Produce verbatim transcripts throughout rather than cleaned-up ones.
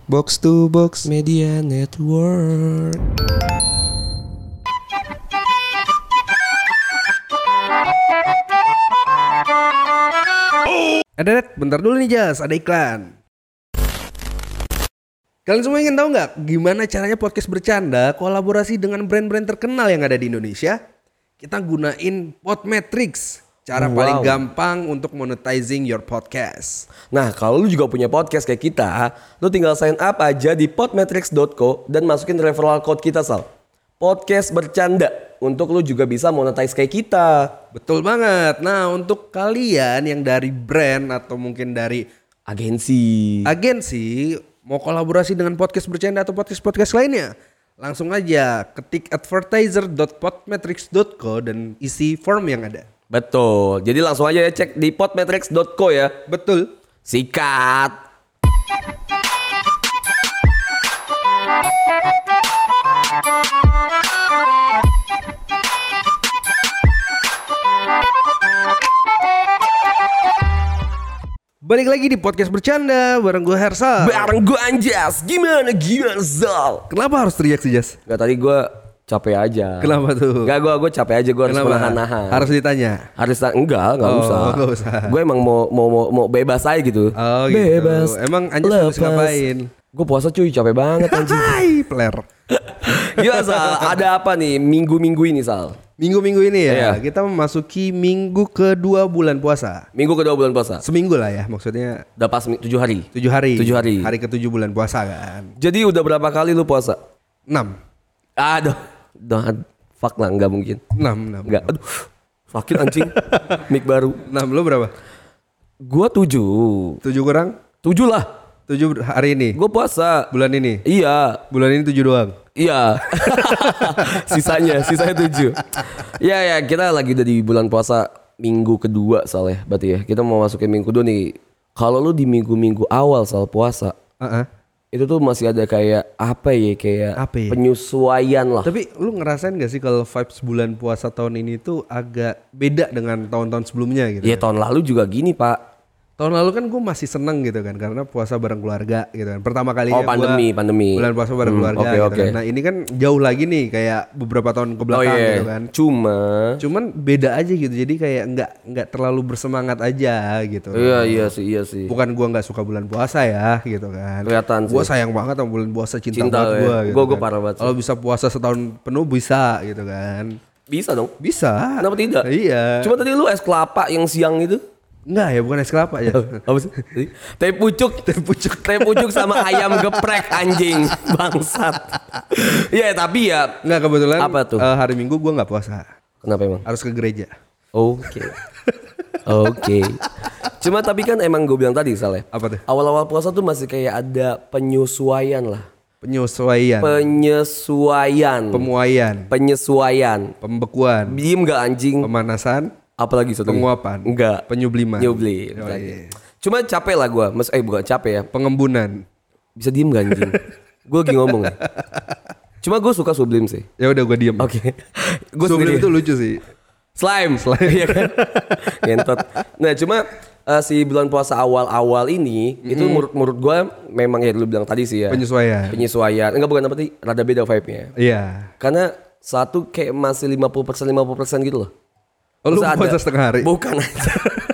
Box to Box Media Network. Ada, bentar dulu nih Jas, ada iklan. Kalian semua ingin tahu nggak gimana caranya podcast bercanda kolaborasi dengan brand-brand terkenal yang ada di Indonesia? Kita gunain Podmetrics, cara wow. paling gampang untuk monetizing your podcast. Nah, kalau lu juga punya podcast kayak kita, lu tinggal sign up aja di podmetrics dot co dan masukin referral code kita, Sal. Podcast bercanda, untuk lu juga bisa monetize kayak kita. Betul banget. Nah, untuk kalian yang dari brand atau mungkin dari agensi, agensi mau kolaborasi dengan podcast bercanda atau podcast-podcast lainnya, langsung aja ketik advertiser dot podmetrics dot co dan isi form yang ada. Betul. Jadi langsung aja ya cek di podmetrics dot co ya. Betul. Sikat. Balik lagi di podcast bercanda bareng gue Hersal. Bareng gue Anjas. Gimana gimana Zal? Kenapa harus teriak sih Jas? Gak, tadi gue capek aja. Kenapa tuh? Gak, gue gue capek aja, gue harus menahan-nahan. Harus ditanya? Harus enggak, enggak oh, usah. Enggak usah. Gue emang mau mau mau, mau bebas aja gitu. Oh, bebas. Gitu. Emang Anjas harus ngapain? Gue puasa cuy, capek banget anjing. Hai, player. Gila Sal, ada apa nih minggu-minggu ini Sal? Minggu-minggu ini ya, iya. Kita memasuki minggu kedua bulan puasa. Minggu kedua bulan puasa. Seminggu lah ya, maksudnya. Udah pas tujuh hari. Tujuh hari. Tujuh hari. Hari ketujuh bulan puasa kan. Jadi udah berapa kali lu puasa? Enam. Aduh, dah, fuck lah, nggak mungkin. Enam, enam. Nggak, aduh, sakit anjing. Mic baru. Enam, lu berapa? Gua tujuh. Tujuh kurang? Tujuh lah. Tujuh hari ini. Gue puasa. Bulan ini. Iya. Bulan ini tujuh doang. Iya. sisanya, sisanya tujuh. Ya ya, kita lagi udah di bulan puasa minggu kedua Sal ya, berarti ya. Kita mau masukin minggu kedua nih. Kalau lu di minggu-minggu awal Sal puasa, uh-uh. itu tuh masih ada kayak apa ya, kayak apa ya? penyesuaian lah. Tapi lu ngerasain gak sih kalau vibes bulan puasa tahun ini tuh agak beda dengan tahun-tahun sebelumnya gitu? Iya, tahun lalu juga gini Pak. Tahun lalu kan gue masih seneng gitu kan, karena puasa bareng keluarga gitu kan. Pertama kalinya oh, pandemi, gua pandemi. bulan puasa bareng hmm, keluarga okay, gitu okay. kan. Nah ini kan jauh lagi nih, kayak beberapa tahun ke belakang oh, yeah. gitu kan. Cuma Cuman beda aja gitu, jadi kayak nggak nggak terlalu bersemangat aja gitu. Iya iya sih, iya sih. Bukan gue nggak suka bulan puasa ya gitu kan. Kelihatan sih. Gue sayang banget sama bulan puasa, cinta, cinta banget ya. gue gitu Gue kan. gue parah banget. Kalau bisa puasa setahun penuh bisa gitu kan. Bisa dong. Bisa. Kenapa tidak? Iya. Cuma tadi lu es kelapa yang siang itu. Enggak ya, bukan es kelapa ya. Apa sih? Teh pucuk, teh pucuk, teh pucuk sama ayam geprek anjing, bangsat. Iya, tapi ya enggak, kebetulan apa tuh? Uh, hari Minggu gua enggak puasa. Kenapa emang? Harus ke gereja. Oke. Okay. Oke. Okay. Cuma tapi kan emang gue bilang tadi Saleh. Apa tuh? Awal-awal puasa tuh masih kayak ada penyesuaian lah. Penyesuaian. Penyesuaian. Pemuaian. Penyesuaian. Pembekuan. Diem gak anjing? Pemanasan. Apalagi satu penguapan. Enggak. Penyubliman. Nyublim. Oh, iya. Cuma capek lah gue. Mas, eh bukan capek ya. Pengembunan. Bisa diem gak anjing? Gue lagi ngomong ya. Cuma gue suka sublim sih. Ya udah gue diem. Oke. Okay. Sublim itu lucu sih. Slime. Slime. Iya kan? Ngentot. Nah cuma uh, si bulan puasa awal-awal ini mm-hmm. itu menurut menurut gue memang ya lu bilang tadi sih ya. Penyesuaian. Penyesuaian. Enggak, bukan apa sih? Rada beda vibe-nya. Iya. Karena satu kayak masih lima puluh persen lima puluh persen gitu loh. Oh, lu puasa setengah hari? Bukan aja.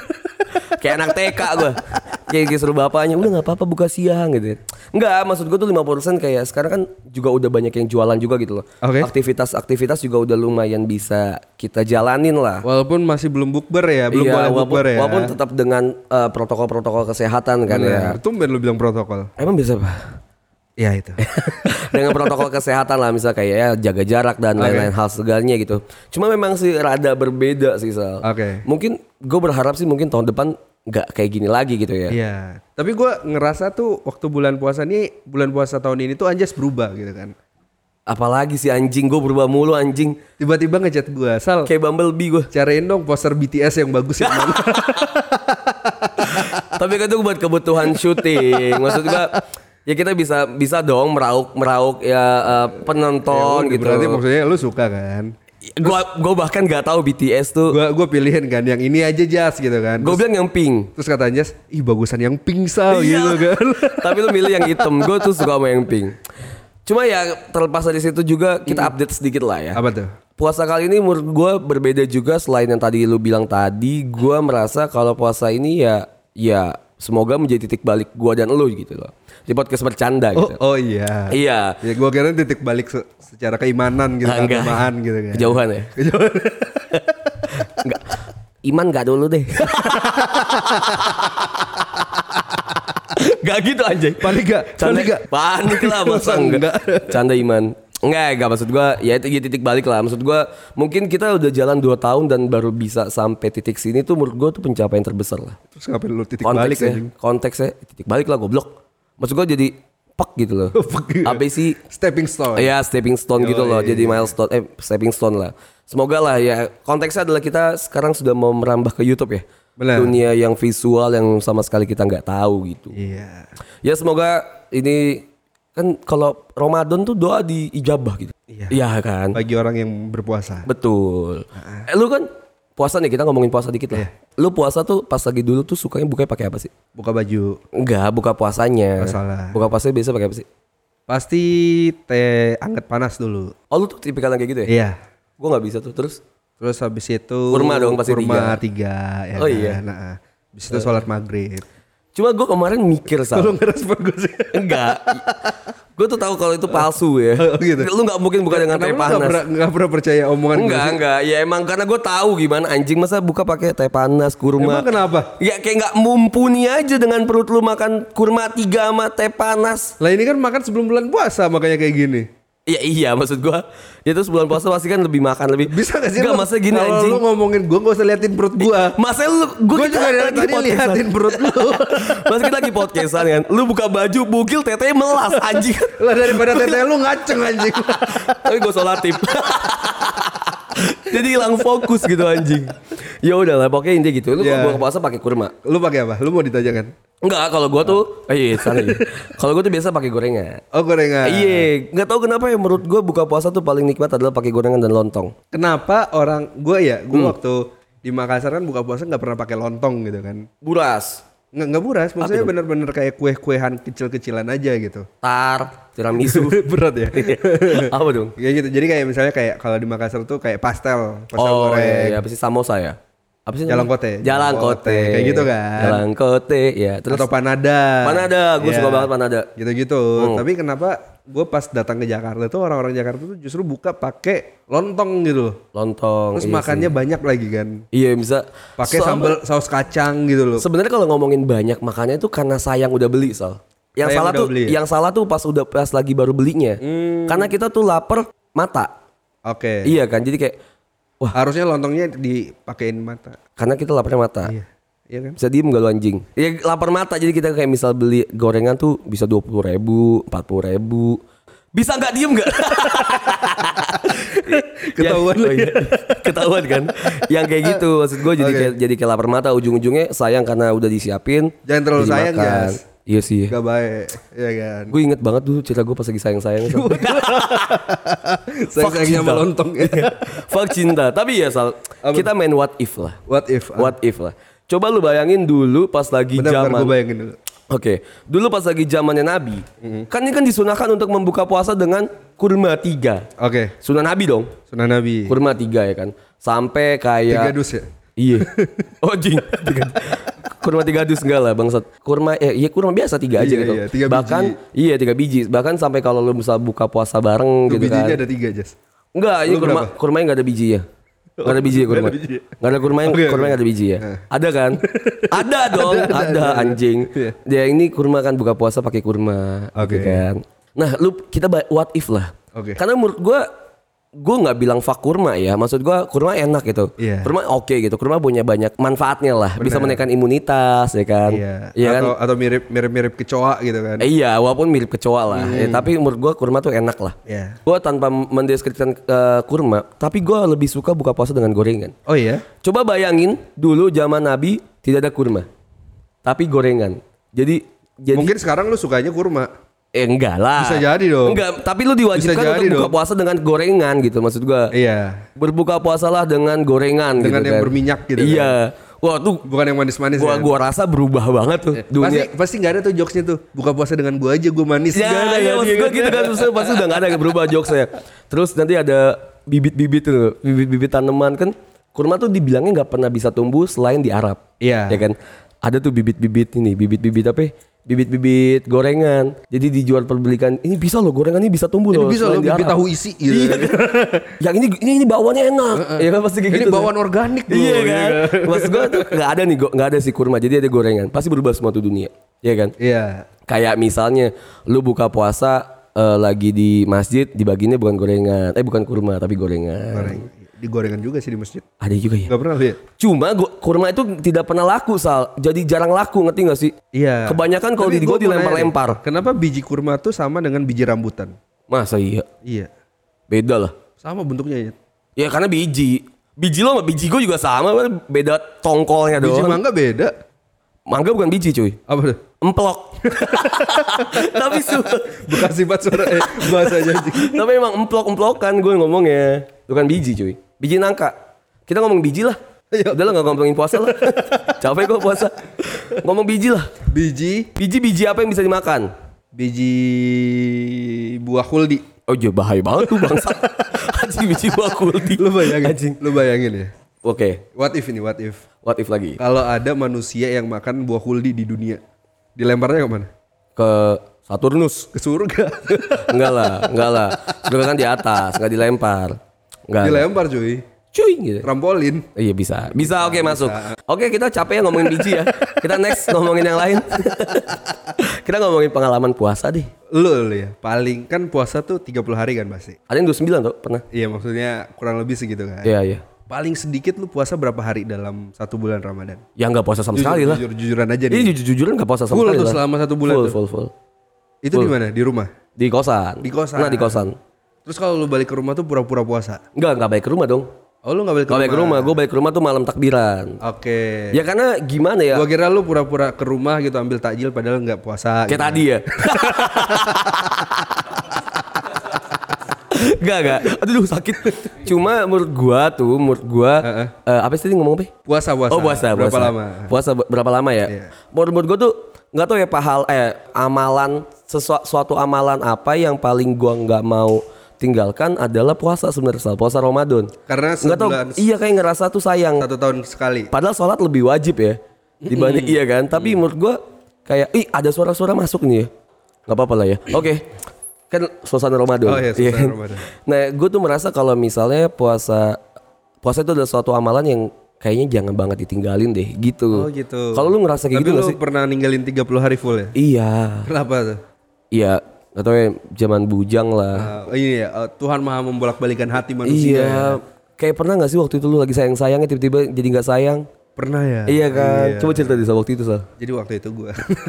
Kayak anak T K gue. Kayak suruh bapaknya, udah gak apa-apa buka siang gitu. Enggak, maksud gue tuh lima puluh persen kayak sekarang kan juga udah banyak yang jualan juga gitu loh. Okay. Aktivitas-aktivitas juga udah lumayan bisa kita jalanin lah. Walaupun masih belum bukber ya, belum iya, boleh walaupun, bukber ya. Walaupun tetap dengan uh, protokol-protokol kesehatan kan. Bener. Ya. Tumben lu bilang protokol. Emang bisa apa? Ya itu. Dengan protokol kesehatan lah, misal kayak ya jaga jarak dan okay. lain-lain hal segalanya gitu. Cuma memang sih rada berbeda sih Sal. Oke. Okay. Mungkin gue berharap sih mungkin tahun depan nggak kayak gini lagi gitu ya. Iya. Tapi gue ngerasa tuh waktu bulan puasa nih, bulan puasa tahun ini tuh Anjas berubah gitu kan. Apalagi sih anjing, gue berubah mulu anjing. Tiba-tiba ngechat gue, Sal. Kayak Bumblebee gue. Cariin dong poster B T S yang bagus yang mana. Tapi kan itu buat kebutuhan syuting. Maksud gue ya kita bisa bisa dong merauk merauk ya uh, penonton ya, gitu. Berarti maksudnya lu suka kan? Gua gua bahkan nggak tahu B T S tuh. Gua gua pilihin kan yang ini aja Jas gitu kan. Gue bilang yang pink. Terus kata Jas, ih bagusan yang pink Sal gitu kan. Tapi lu milih yang hitam. Gue tuh suka sama yang pink. Cuma ya terlepas dari situ juga kita update sedikit lah ya. Apa tuh? Puasa kali ini menurut gue berbeda juga. Selain yang tadi lu bilang tadi, gue merasa kalau puasa ini ya ya semoga menjadi titik balik gue dan lu gitu loh. Di podcast bercanda oh, gitu. Oh iya. Iya. Ya gue kira titik balik se- secara keimanan gitu, nah, keagamaan gitu kan. Kejauhan ya. Kejauhan. Enggak. Iman gak dulu deh. Gak gitu anjing. Panik gak? Canda, Panik gak? Panik lah masa enggak. Canda Iman. Enggak, enggak maksud gue ya itu titik balik lah. Maksud gue mungkin kita udah jalan dua tahun dan baru bisa sampai titik sini tuh menurut gue tuh pencapaian terbesar lah. Terus ngapain lu titik balik konteksnya, anjing? Konteksnya titik balik lah goblok. Maksud gue jadi pak gitu loh. Apa sih? Stepping stone. Iya, stepping stone oh, gitu loh. Iya, jadi milestone eh stepping stone lah. Semoga lah ya. Konteksnya adalah kita sekarang sudah mau merambah ke YouTube ya. Benar. Dunia yang visual yang sama sekali kita nggak tahu gitu. Iya. Ya semoga ini kan kalau Ramadan tuh doa diijabah gitu. Iya. Iya kan. Bagi orang yang berpuasa. Betul. Uh-uh. Eh, lu kan puasa nih, kita ngomongin puasa dikit lah. Iya. Lu puasa tuh pas lagi dulu tuh sukanya bukanya pakai apa sih? Buka baju. Enggak, buka puasanya. Masalah. Buka puasanya biasa pakai apa sih? Pasti teh anget panas dulu. Oh lu tuh tipikal yang kayak gitu ya? Iya. Gue nggak bisa tuh. Terus? Terus habis itu kurma dong pasti kurma tiga. tiga ya oh kan? iya. Nah, habis itu sholat maghrib. Cuma gue kemarin mikir Sal. Lu ngerespon gue sih. Enggak. Gue tuh tahu kalau itu palsu ya. Oh, gitu. Lu nggak mungkin buka dengan teh panas. Gak pernah, gak pernah percaya omongan gue. Enggak, enggak. Ya emang karena gue tahu gimana anjing masa buka pakai teh panas, kurma. Emang kenapa? Ya kayak nggak mumpuni aja dengan perut lu makan kurma tiga sama teh panas. Lah ini kan makan sebelum bulan puasa makanya kayak gini. Iya iya maksud gue. Ya terus bulan puasa pasti kan lebih makan lebih. Bisa gak sih? Enggak masa gini kalau anjing. Kalau lu ngomongin gue gak usah liatin perut gue. Masa lu gue juga dari tadi liatin perut lu. Mas kita lagi podcastan kan. Lu buka baju bugil teteh melas anjing. Lah daripada teteh lu ngaceng anjing. Tapi gue sholat tip. Jadi hilang fokus gitu anjing. Ya udahlah pokoknya intinya gitu. Lu yeah. Kalau buka puasa pakai kurma. Lu pakai apa? Lu mau ditanyakan? Enggak, kalau gua tuh eh iya, sorry. Kalau gua tuh biasa pakai gorengan. Oh, gorengan. Iya, enggak tahu kenapa ya menurut gua buka puasa tuh paling nikmat adalah pakai gorengan dan lontong. Kenapa orang gua ya, gua hmm. waktu di Makassar kan buka puasa enggak pernah pakai lontong gitu kan. Buras. Enggak enggak buras, maksudnya bener-bener kayak kue-kuehan kecil-kecilan aja gitu. Tar, tiramisu. Berat ya. Apa dong? Ya gitu. Jadi kayak misalnya kayak kalau di Makassar tuh kayak pastel, pastel oh, goreng. iya, iya, apa sih samosa ya? Apa sih Jalan Kote. Jalan Kote. Kayak gitu kan. Jalan Kote ya. Terus atau panada. Panada, gue ya. suka banget panada. Gitu-gitu. Hmm. Tapi kenapa gue pas datang ke Jakarta tuh orang-orang Jakarta tuh justru buka pakai lontong gitu loh. Lontong. Terus iya makannya sih. banyak lagi kan. Iya bisa. Pakai so, sambal saus kacang gitu loh. Sebenarnya kalau ngomongin banyak makannya itu karena sayang udah beli Sal. Yang sayang salah tuh beli, ya? Yang salah tuh pas udah pas lagi baru belinya. Hmm. Karena kita tuh lapar mata. Oke. Okay. Iya kan jadi kayak wah harusnya lontongnya dipakein mata. Karena kita lapar mata. Iya. Iya kan? Bisa diem gak lu anjing? Ya lapar mata jadi kita kayak misal beli gorengan tuh bisa dua puluh ribu, empat puluh ribu. Bisa gak diem gak? Ketahuan ya, lagi. oh iya. Ketahuan kan? Yang kayak gitu maksud gue jadi okay. kayak jadi kayak lapar mata ujung-ujungnya sayang karena udah disiapin. Jangan terlalu sayang guys. Iya sih. Gak baik, ya kan. Gue inget banget dulu cerita gue pas lagi sayang-sayang. Sayang-sayangnya sama lontong ya. Fuck cinta. Tapi ya Sal, apa? Kita main what if lah. What if? What if lah. Coba lu bayangin dulu pas lagi zaman. Bentar, gue bayangin dulu. Oke, okay. Dulu pas lagi zamannya Nabi, mm-hmm. kan ini kan disunahkan untuk membuka puasa dengan kurma tiga. Oke. Okay. Sunnah Nabi dong. Sunnah Nabi. Kurma tiga ya kan. Sampai kayak. Tiga dus ya. Iya. Oh jing. Kurma tiga dus enggak lah bangsat. Kurma ya, ya kurma biasa tiga aja iya, gitu. Iya, tiga bahkan biji. iya tiga biji. Bahkan sampai kalau lu bisa buka puasa bareng tuh gitu kan. bijinya ada tiga aja. Enggak, ini kurma berapa? Kurmanya enggak ada biji ya. Enggak ada biji ya kurma. Enggak ada kurma, okay, kurma enggak okay. ada biji ya. Nah. Ada kan? Ada dong, ada, ada, ada, ada anjing. Yeah. Dia ini kurma kan buka puasa pakai kurma, okay. gitu kan. Nah, lu kita what if lah. Okay. Karena menurut gua gue nggak bilang fuck kurma ya, maksud gue kurma enak gitu, yeah. kurma oke okay gitu, kurma punya banyak manfaatnya lah, bener. Bisa menaikkan imunitas ya kan, yeah. ya atau, kan? atau mirip mirip mirip kecoa gitu kan, eh, iya walaupun mirip kecoa lah, hmm. ya, tapi menurut gue kurma tuh enak lah, yeah. gue tanpa mendeskripsikan uh, kurma, tapi gue lebih suka buka puasa dengan gorengan. Oh iya, coba bayangin dulu zaman Nabi tidak ada kurma, tapi gorengan, jadi, jadi mungkin sekarang lu sukanya kurma. Eh enggak lah. Bisa jadi dong. Enggak, tapi lu diwajibkan untuk buka dong. puasa dengan gorengan gitu maksud gua. Iya. Berbuka puasalah dengan gorengan dengan gitu yang kan. berminyak gitu. Iya. Kan? Wah tuh bukan yang manis-manis gua, ya. Gua rasa berubah banget tuh ya. dunia. Pasti pasti enggak ada tuh jokesnya tuh. Buka puasa dengan gua aja gua manis. Ya, ada, ya maksud gua gitu kan. Terus pasti udah enggak ada yang berubah jokesnya. Terus nanti ada bibit-bibit tuh. Bibit-bibit tanaman kan. Kurma tuh dibilangnya enggak pernah bisa tumbuh selain di Arab. Iya. Ya kan. Ada tuh bibit-bibit ini. Bibit-bibit apa ya? Bibit-bibit gorengan. Jadi dijual perbelikan. Ini bisa loh gorengan ini bisa tumbuh ini loh. Ini bisa loh bibit tahu isi gitu. Iya. Yang ini ini ini bawaannya enak. Uh, uh. Ya kan pasti kayak ini gitu. Ini bawaan tuh. Organik loh. Iya kan. Maksud gua tuh enggak ada nih, enggak ada sih kurma. Jadi ada gorengan. Pasti berubah semua tuh dunia. Iya kan? Iya. Kayak misalnya lu buka puasa uh, lagi di masjid, dibaginya bukan gorengan. Eh bukan kurma tapi gorengan. Goreng. Digorengan juga sih di masjid. Ada juga ya? Gak pernah lihat. Cuma go- kurma itu tidak pernah laku Sal. Jadi jarang laku, ngerti gak sih? Iya. Kebanyakan kalau di gua dilempar-lempar. Kenapa biji kurma tuh sama dengan biji rambutan? Masa iya? Iya. Beda lah. Sama bentuknya ya. Ya karena biji. Biji lo sama biji gua juga sama, beda tongkolnya doang. Biji mangga beda. Mangga bukan biji cuy. Apa tuh? Emplok. Tapi su- bukan sifat suara eh, bahasanya. Tapi emang emplok-emplokan gue ngomongnya. Bukan biji cuy. Biji nangka. Kita ngomong biji lah. Udah lah gak ngomongin puasa lah. Capek gue puasa. Ngomong biji lah. Biji. Biji-biji apa yang bisa dimakan? Biji buah kuldi. Oh iya bahaya banget tuh bangsa. Anjing biji buah kuldi. Lu bayangin. Anjing. Lu bayangin ya. Oke. Okay. What if ini what if? What if lagi? Kalau ada manusia yang makan buah kuldi di dunia. Dilemparnya ke mana? Ke Saturnus. Ke surga. Enggak lah, enggak lah. Surga kan di atas, enggak dilempar. Enggak. Dilempar cuy. Cuy gitu. Trampolin. Iya bisa. Bisa oke okay, masuk. Oke, kita capek ya ngomongin biji ya. Kita next ngomongin yang lain. Kita ngomongin pengalaman puasa deh. Lu, lu ya. Paling kan puasa tuh tiga puluh hari kan pasti. Ada yang dua puluh sembilan tuh pernah. Iya, maksudnya kurang lebih segitu kan. Iya, iya. Paling sedikit lu puasa berapa hari dalam satu bulan Ramadan? Ya nggak puasa sama jujur, sekali lah. Jujur, jujuran aja nih. Iya jujur jujuran nggak puasa sama full sekali tuh lah. Selama satu bulan full, tuh. Full full Itu di mana? Di rumah? Di kosan. Di kosan. Nah di kosan. Terus kalau lu balik ke rumah tuh pura-pura puasa? Enggak nggak balik ke rumah dong. Oh lu nggak balik ke Gak rumah? balik ke rumah. Gue balik ke rumah tuh malam takbiran. Oke. Okay. Ya karena gimana ya? Gua kira lu pura-pura ke rumah gitu ambil takjil padahal nggak puasa. Kayak gitu. Tadi ya. Gak gak. Aduh sakit. Cuma menurut gua tuh, menurut gua uh-uh. uh, apa sih tadi ngomong apa? Puasa puasa. Oh puasa. Berapa puasa. lama? Puasa berapa lama ya? Yeah. Menurut, menurut gua tuh nggak tahu ya pahal eh amalan sesuatu suatu amalan apa yang paling gua nggak mau tinggalkan adalah puasa sebenarnya, puasa Ramadan. Karena nggak tahu. Iya kayak ngerasa tuh sayang. Satu tahun sekali. Padahal sholat lebih wajib ya dibanding iya kan. Tapi menurut gua kayak ih ada suara-suara masuk nih ya. Nggak apa-apa lah ya. Oke. Okay. Kan suasana Ramadan. Oh iya, suasana Ramadan. Nah, gue tuh merasa kalau misalnya puasa puasa itu adalah suatu amalan yang kayaknya jangan banget ditinggalin deh, gitu. Oh gitu. Kalau lu ngerasa kayak tapi gitu lu gak sih? Pernah ninggalin tiga puluh hari full ya? Iya. Kenapa tuh? Iya, atau ya zaman bujang lah. Uh, ini ya, uh, Tuhan Maha membolak-balikan hati manusia. Iya. Ya. Kayak pernah gak sih waktu itu lu lagi sayang-sayangnya tiba-tiba jadi gak sayang? Pernah ya? Iya kan. Iya. Coba cerita di waktu itu, Sal. Jadi waktu itu gue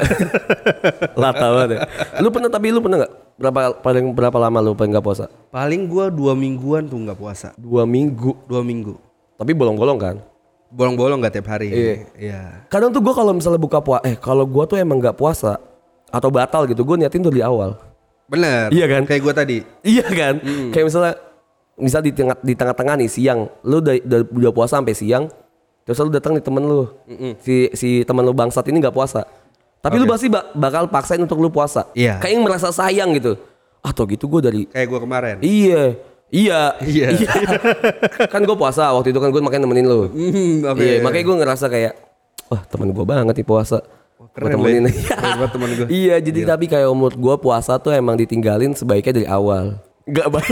Lata banget ya. Lu pernah tapi lu pernah gak? Berapa paling berapa lama lu paling gak puasa? Paling gue dua mingguan tuh gak puasa. Dua minggu. Dua minggu. Tapi bolong-bolong kan? Bolong-bolong gak tiap hari. Iya. Iya. Kadang tuh gue kalau misalnya buka puasa, eh kalau gue tuh emang gak puasa atau batal gitu, gue niatin tuh di awal. Bener. Iya kan? Kayak gue tadi. Iya kan? Mm. Kayak misalnya, misal di tengah di tengah-tengah nih siang, lu udah, udah, udah puasa sampai siang, terus lu datang nih temen lu, Mm-mm. si si temen lu bangsat ini gak puasa. Tapi okay. lu pasti bak- bakal paksain untuk lu puasa. Iya. Kayak yang merasa sayang gitu. Atau gitu gue dari kayak gue kemarin. Iya. Iya. Iya. iya. Kan gue puasa waktu itu kan gue makanya nemenin lu. Mm, okay. Iya, makanya gue ngerasa kayak wah temen gue banget nih puasa. Oh, keren temenin. Buat temen gue. Iya, jadi Gila. Tapi kayak umur gue puasa tuh emang ditinggalin sebaiknya dari awal. Gak baik.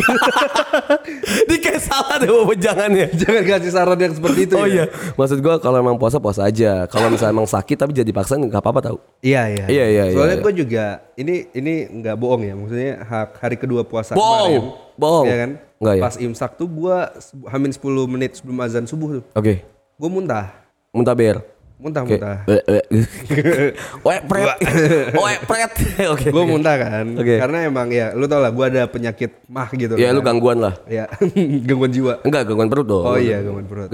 Ini kayak salah deh jangannya. Jangan kasih saran yang seperti itu. Oh ya? iya. Maksud gue kalau emang puasa puasa aja. Kalau misalnya emang sakit tapi jadi paksain nggak apa-apa tau. Iya iya. Iya iya. Soalnya iya, gue juga ini ini nggak bohong ya. Maksudnya hari kedua puasa bohong. kemarin. Bohong. Iya kan. Nggak, ya? Pas imsak tuh gue hamin sepuluh menit sebelum azan subuh tuh. Oke. Okay. Gue muntah. Muntah ber. Muntah-muntah. Oe pret. Oe pret. Oke. Gue muntah kan. Okay. Karena emang ya lu tau lah gue ada penyakit mah gitu. Ya kan. lu gangguan lah. Ya gangguan jiwa. Enggak gangguan perut dong. Oh iya gangguan perut. Gede.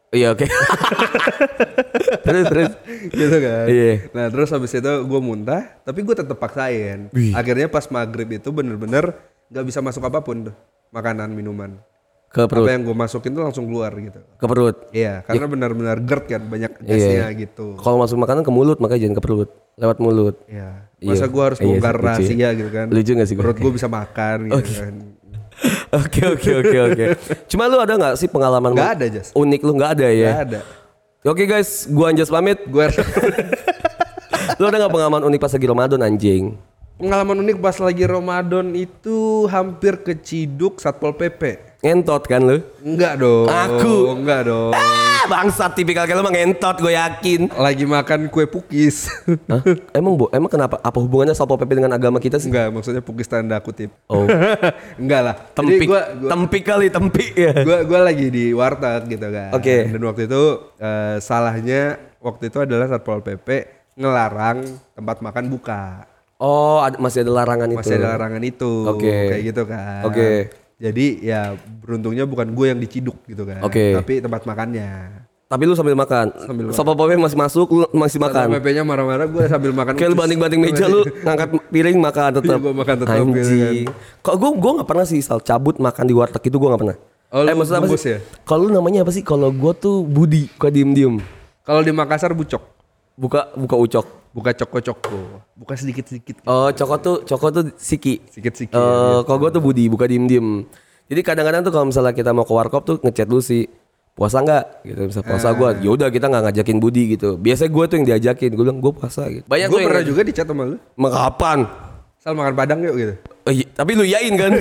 Iya oke. terus terus gitu kan. Iya. Nah terus habis itu gue muntah, tapi gue tetap paksain. Wih. Akhirnya pas maghrib itu bener-bener nggak bisa masuk apapun tuh, makanan minuman. Ke perut. Apa yang gue masukin tuh langsung keluar gitu. Ke perut. Iya, karena benar-benar GERD kan, banyak gasnya Iya. gitu. Kalau masuk makanan ke mulut makanya jangan ke perut, lewat mulut. Iya. Masa Iya. gue harus Iya bongkar sih, lucu ya. rahasia gitu kan? Lucu nggak sih gue? Perut gue bisa makan gitu kan. Oke oke oke oke. Cuma lu ada nggak sih pengalaman Nggak ada, Jas. unik lu nggak ada ya? Nggak ada. Oke guys, gua Anjas pamit. Gue Lu ada nggak pengalaman unik pas lagi Ramadan anjing? pengalaman unik pas lagi Ramadan itu hampir keciduk Satpol P P. Ngentot kan lu? Enggak dong. Aku. Enggak dong. Ah, bangsat tipikal kayak lu mah ngentot gue yakin. Lagi makan kue pukis. Hah? Emang bo, emang kenapa? Apa hubungannya Satpol P P dengan agama kita sih? Enggak, maksudnya pukis tanda kutip. Oh. Enggak lah. Tempik, Jadi gua, gua, tempik kali, tempik ya. gua, gua lagi di warteg gitu kan. Oke. Dan waktu itu eh, salahnya waktu itu adalah Satpol P P ngelarang tempat makan buka. Oh, ada, masih ada larangan itu. Masih ada larangan itu. Oke. Kayak gitu kan. Oke. Jadi ya beruntungnya bukan gue yang diciduk gitu kan. Oke. Tapi tempat makannya. Tapi lu sambil makan. Sambil makan. Satpol P P masih masuk, lu masih makan. Satpol P P-nya marah-marah, gue sambil makan. Kayak lu banting-banting meja lu ngangkat piring makan tetap. Iya, gua makan tetap, gitu Anjing. Kok gua gua enggak pernah sih Sal cabut makan di warteg itu gua enggak pernah. Oh, lu maksudnya apa bungkus sih? ya? Kalau lu namanya apa sih? Kalau gua tuh Budi, gua diem-diem. Kalau di Makassar bucok. Buka buka ucok. Buka coko-coko. Buka sedikit-sedikit. Oh, coko tuh coko tuh Siki. Sedikit-sedikit. Eh, kalau gua tuh Budi, buka diem-diem. Jadi kadang-kadang tuh kalau misalnya kita mau ke warkop tuh ngechat dulu sih. Puasa nggak? Gitu. Misalnya puasa gue, ya udah kita nggak ngajakin Budi gitu. Biasanya gue tuh yang diajakin. Gue bilang gue puasa gitu. Banyak Gue tuh pernah yang juga di chat sama lu. Emang kapan? Sal makan padang yuk gitu. Oh, iya, tapi lu yain kan?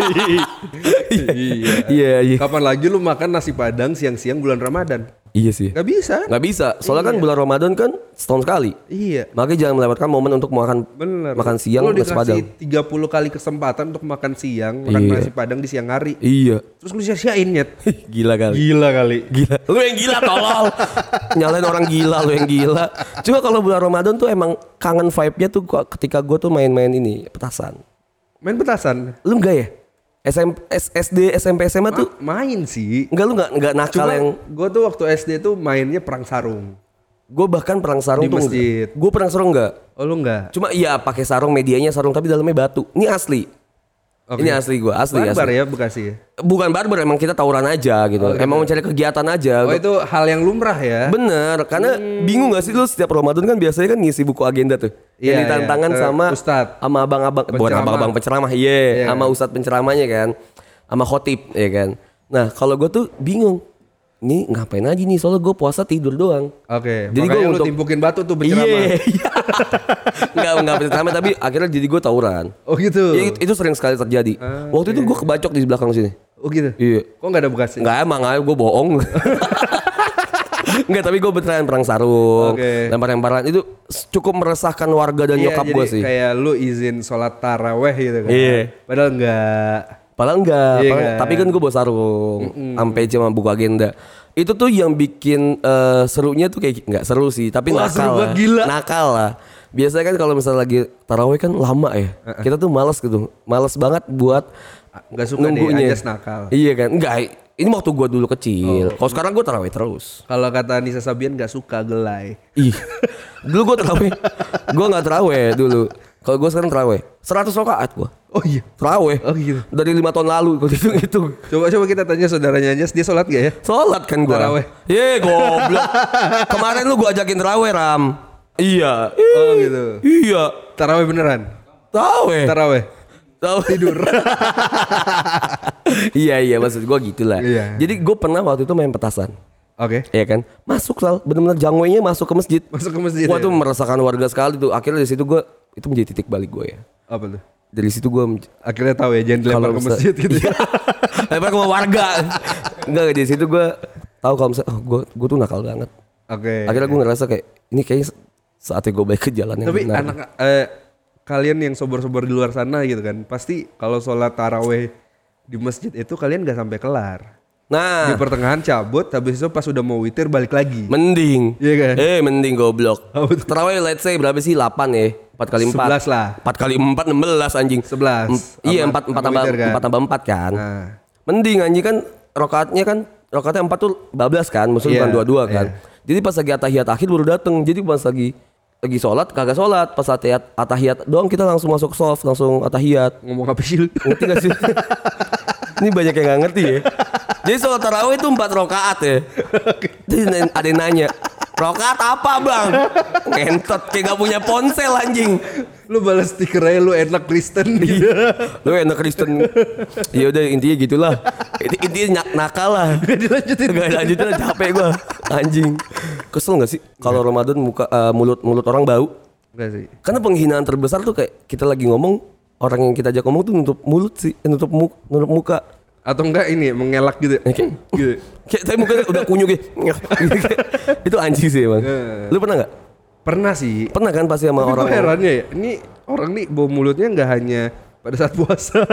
Iya. Iya iya. Kapan lagi lu makan nasi padang siang-siang bulan Ramadan? Iya sih. Gak bisa. Nggak bisa. Soalnya kan bulan Ramadan kan setahun sekali. Iya. Makanya jangan melewatkan momen untuk makan Bener. makan siang lu nasi padang. dikasih tiga puluh kali kesempatan untuk makan siang, makan Iya. nasi padang di siang hari. Iya. Terus lu sia-siain nyet. Gila kali. Gila kali. Gila. Lu yang gila tolol. Nyalain orang gila lu yang gila. Cuma kalau bulan Ramadan tuh emang kangen vibe-nya tuh gua- ketika gue tuh main-main ini petasan. Main petasan. Lu enggak ya? S M S- SD, S M P, S M A tuh Ma- main sih. enggak, lu enggak enggak nakal Cuma yang gue tuh waktu S D tuh mainnya perang sarung. gue bahkan perang sarung Di tuh masjid. Gue perang sarung enggak. Oh lu enggak? Cuma iya pakai sarung medianya sarung tapi dalamnya batu. Ini asli. Oke. Ini asli gue, asli Barbar asli. ya Bekasi ya? Bukan barbar, emang kita tawuran aja gitu. Emang mencari kegiatan aja. Oh itu hal yang lumrah ya? Bener, karena bingung gak sih lu setiap Ramadan kan biasanya kan ngisi buku agenda tuh. Iya, Yang ditantangan iya. sama Ustadz. sama abang-abang, bukan Penceramah. abang-abang penceramah, iya, Iya. sama ustadz penceramahnya kan, sama khotib, ya kan. Nah kalau gue tuh bingung, nih ngapain aja nih? Soalnya gue puasa tidur doang. Oke, Jadi makanya gua lu untuk- timpukin batu tuh berceramah. Iya, iya. Nggak nggak penceramah tapi akhirnya jadi gue tawuran. Oh gitu? Ya, itu, itu sering sekali terjadi. Ah, Waktu itu gue kebacok di belakang sini. Oh gitu? Iya. Kok gak ada Bekasi? Nggak emang, gue bohong. Enggak, tapi gue beneran perang sarung, Oke. lempar-lemparan itu cukup meresahkan warga dan Iya, nyokap jadi gue sih. kayak lu izin sholat taraweh gitu kan? Iya. Padahal enggak. Padahal enggak, Iya padahal- kan? tapi kan gue bawa sarung, sampai cuma buku agenda. Itu tuh yang bikin eh, serunya tuh kayak nggak seru sih, tapi Wah, nakal seru lah. banget, gila. Nakal lah. Biasanya kan kalau misalnya lagi taraweh kan lama ya. Kita tuh malas gitu, malas banget buat Enggak suka nunggunya. deh, Anjas nakal. Iya kan, enggak. Ini waktu gue dulu kecil. Kalau sekarang gue taraweh terus. Kalau kata Nisa Sabian gak suka gelai. Ih, dulu gue terawih, gue nggak terawih dulu. Kalau gue sekarang terawih, seratus rakaat gue. Oh iya. Terawih. Oh gitu. Dari lima tahun lalu gue hitung itu. Coba-coba kita tanya saudaranya Anjas, dia sholat gak ya? Sholat kan gue. Terawih. Ye goblok. Kemarin lu gue ajakin terawih Ram. Iya. Oh gitu. Iya. Taraweh beneran? Terawih. Taraweh? Tahu tidur. Iya iya maksud gue gitulah. Iya. Jadi gue pernah waktu itu main petasan. Oke. Iya kan, masuk Sal, benar-benar jangwenya masuk ke masjid. Masuk ke masjid Wah ya? itu meresahkan warga sekali tuh. Akhirnya dari situ gue, itu menjadi titik balik gue ya. Apa tuh? Dari situ gue menj- Akhirnya tahu ya, jangan dilempar kalau ke misal- masjid gitu ya. lempar ke warga. Enggak, dari situ gue tahu kalau misalnya, oh gue gue tuh nakal banget. Oke. Akhirnya gue ngerasa kayak ini kayaknya saatnya gue balik ke jalan yang Tapi benar. anak eh, kalian yang sobor-sobor di luar sana gitu kan, pasti kalau sholat taraweh di masjid itu kalian gak sampai kelar. Nah, Di pertengahan cabut, habis itu pas udah mau witir balik lagi. mending. Iya kan? Eh mending goblok. Apa tuh? Terawih let's say berapa sih? delapan ya. empat kali empat. sebelas lah. empat kali empat enam belas anjing. sebelas. Em- Iya Sama- empat empat sama tambah witir kan? empat tambah empat kan. Nah. Mending anjing kan rokaatnya kan rakaat empat tuh bablas kan, maksudnya Iya, bukan dua-dua kan. iya. Jadi pas lagi atahiyat akhir baru dateng. Jadi pas lagi lagi sholat kagak sholat, pas atahiyat atahiyat doang kita langsung masuk soft, langsung atahiyat. Ngomong apa sih lu? Ngerti gak sih? Ini banyak yang gak ngerti ya. Jadi sholat tarawih itu empat rakaat ya. Jadi ada yang nanya, rakaat apa bang? Ngentot kayak gak punya ponsel anjing. Lu balas stiker aja lu enak Kristen gitu. Lu enak Kristen. Ya udah intinya gitulah. Intinya nak nakal lah. Gak dilanjutin. Gak lanjutin lah, capek gua. Anjing. Kesel gak sih kalau Ramadan muka uh, mulut mulut orang bau? Enggak sih. Karena penghinaan terbesar tuh kayak kita lagi ngomong, orang yang kita ajak ngomong tuh nutup mulut sih, eh, nutup muka, nutup muka. Atau enggak ini mengelak gitu. Eh, kayak, Gitu. kayak tapi mukanya udah kunyuk gitu. Itu anjing sih emang. Lu pernah nggak? Pernah sih. Pernah kan pasti sama Tapi orang. kok herannya ya, ini orang nih bau mulutnya nggak hanya pada saat puasa.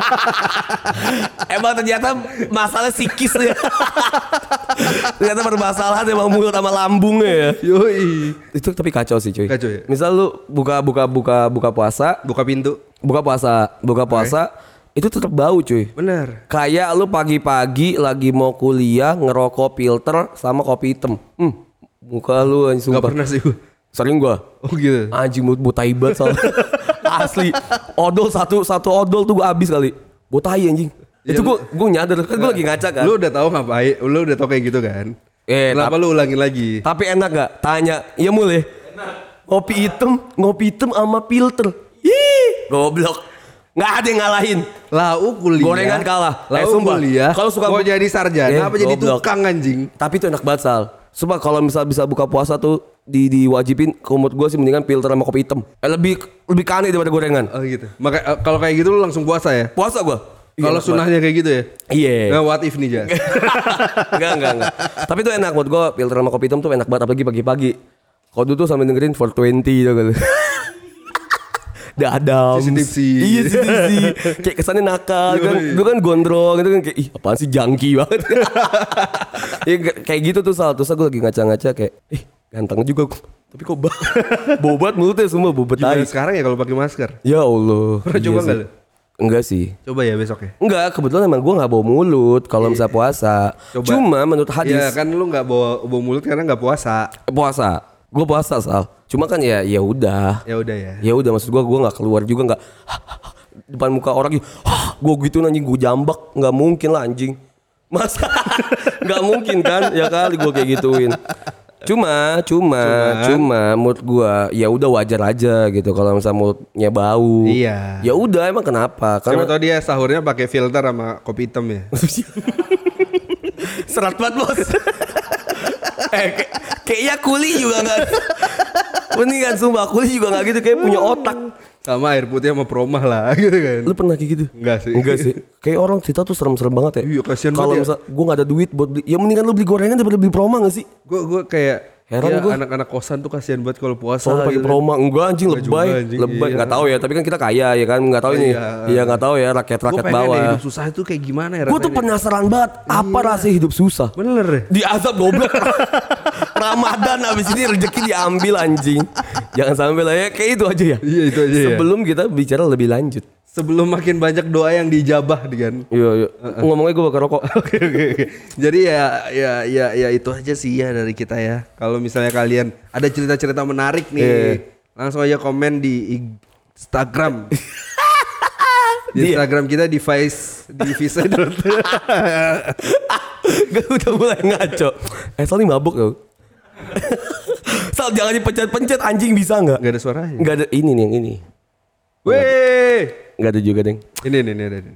Emang ternyata masalah psikis ya. Ternyata bermasalah emang mulut sama lambungnya ya. Yoi. Itu tapi kacau sih cuy. Kacau ya? Misal lu buka buka buka buka puasa, Buka pintu. buka puasa, buka puasa itu tetap bau cuy. Bener. Kayak lu pagi-pagi lagi mau kuliah ngerokok filter sama kopi hitam. Hmm, muka lu anjing Gak sumpah. pernah sih gua. Sering gua. Oh gitu. Anjing mulut botai banget soalnya. Asli. Odol satu satu odol tuh gua habis kali. Botai anjing. Ya, Itu gua gua nyadar kan gua lagi ngaca kan. Lu udah tahu ngapain? Lu udah tahu kayak gitu kan? Eh, Kenapa tap- lu ulangin lagi? Tapi enak gak? Tanya. Iya mulai. Ngopi hitam, ngopi hitam sama filter. Ih, goblok. Nggak ada yang ngalahin. Lau kuliah. Gorengan kalah. Lau Eh, sumpah. kuliah. Kalau suka mau bu- jadi sarjana Eh, apa jadi goblok. tukang anjing? Tapi itu enak banget Sal. Sumpah kalau misal bisa buka puasa tuh di diwajibin, kalau menurut gue sih mendingan filter sama kopi hitam. Eh, lebih lebih kane daripada gorengan. Oh gitu. Maka eh, kalau kayak gitu lu langsung puasa ya? Puasa gue. Kalau sunahnya kayak gitu ya? Iya. Nah, what if nih Jas? Enggak, enggak, enggak. Tapi itu enak menurut gue, filter sama kopi hitam tuh enak banget apalagi pagi-pagi. Kalau dulu tuh sambil dengerin four twenty tuh gitu. The Adams. C C T V. Iya C C T V. Kayak kesannya nakal kan. Dulu kan gondrong gitu kan kayak ih apaan sih junkie banget. Ya, kayak gitu tuh Sal. Terus aku lagi ngaca-ngaca kayak ih ganteng juga. Tapi kok ba- bobat mulutnya semua bobat Gimana tai. sekarang ya kalau pakai masker? Ya Allah. Pernah Iya coba sih. nggak lu? Enggak sih. Coba ya besok ya. Enggak, kebetulan emang gue gak bawa mulut kalau misalnya puasa. Coba. Cuma menurut hadis Ya kan lu nggak bawa bawa mulut karena nggak puasa. puasa. Gue puasa Sal. Cuma kan ya ya udah. Ya udah ya. Ya udah maksud gue gue nggak keluar juga nggak depan muka orang gitu. Gue gitu anjing gue jambak nggak mungkin lah anjing. Masa nggak mungkin kan ya kali gue kayak gituin. Cuma, cuma, cuma, menurut gue ya udah wajar aja gitu kalau misalnya mulutnya bau. Iya. Ya udah emang kenapa? Siapa Karena tau dia sahurnya pakai filter sama kopi hitam ya. serat banget bos. eh kayak kayaknya kuli juga nggak. Mendingan sumpah kuli juga nggak gitu kayak punya otak. Sama air putih sama promah lah gitu kan. Lu pernah kayak gitu? Enggak sih. Enggak sih. Kayak orang cerita tuh serem-serem banget ya. Iya, kasihan Kalau banget ya. misal gue nggak ada duit buat beli, ya mendingan lu beli gorengan daripada beli proma nggak sih? Gue gue kayak Heran ya, gua. anak-anak kosan tuh kasihan banget kalau puasa. Soalnya pakai gitu. proma enggak anjing Enggak lebay, juga, anjing, lebay iya. nggak tahu ya. Tapi kan kita kaya ya kan nggak tahu ini. Iya. Iya nggak tahu ya Gue rakyat-rakyat pengen deh bawah. hidup susah itu kayak gimana ya Gue tuh rasanya. penasaran banget apa rasanya hidup susah. Bener ya? Di azab goblok. Ramadan abis ini rezeki diambil anjing. Jangan sampai lah ya kayak itu aja ya. Iya, itu aja ya. Sebelum kita bicara lebih lanjut. Sebelum makin banyak doa yang dijabah kan. Iya iya. Ngomongnya gue bakal rokok. Oke oke oke. Jadi ya ya ya ya itu aja sih ya dari kita ya. Kalau misalnya kalian ada cerita-cerita menarik nih, Iya. langsung aja komen di Instagram. Di Dia. Instagram kita di Vice di Vice. Gak udah mulai ngaco. Eh Sal ini mabuk tau. Sal jangan dipencet-pencet anjing bisa gak? Gak ada suaranya. Gak ada ini nih yang ini. Weh. Gak ada juga deng. Ini ini ini ada ini.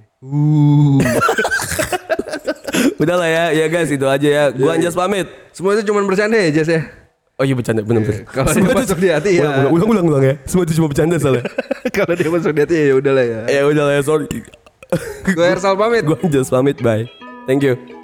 Udah lah ya, ya guys itu aja ya. Gua Anjas pamit. Semua itu cuma bercanda ya Jas ya. Oh iya bercanda bener-bener. Kalau dia masuk di hati ya. Ulang, ulang, ulang, ulang ya. Semua itu cuma bercanda soalnya. Kalau dia masuk di hati ya udahlah ya. Ya udah lah ya sorry. Gue Ersal pamit. Gua Anjas pamit bye. Thank you.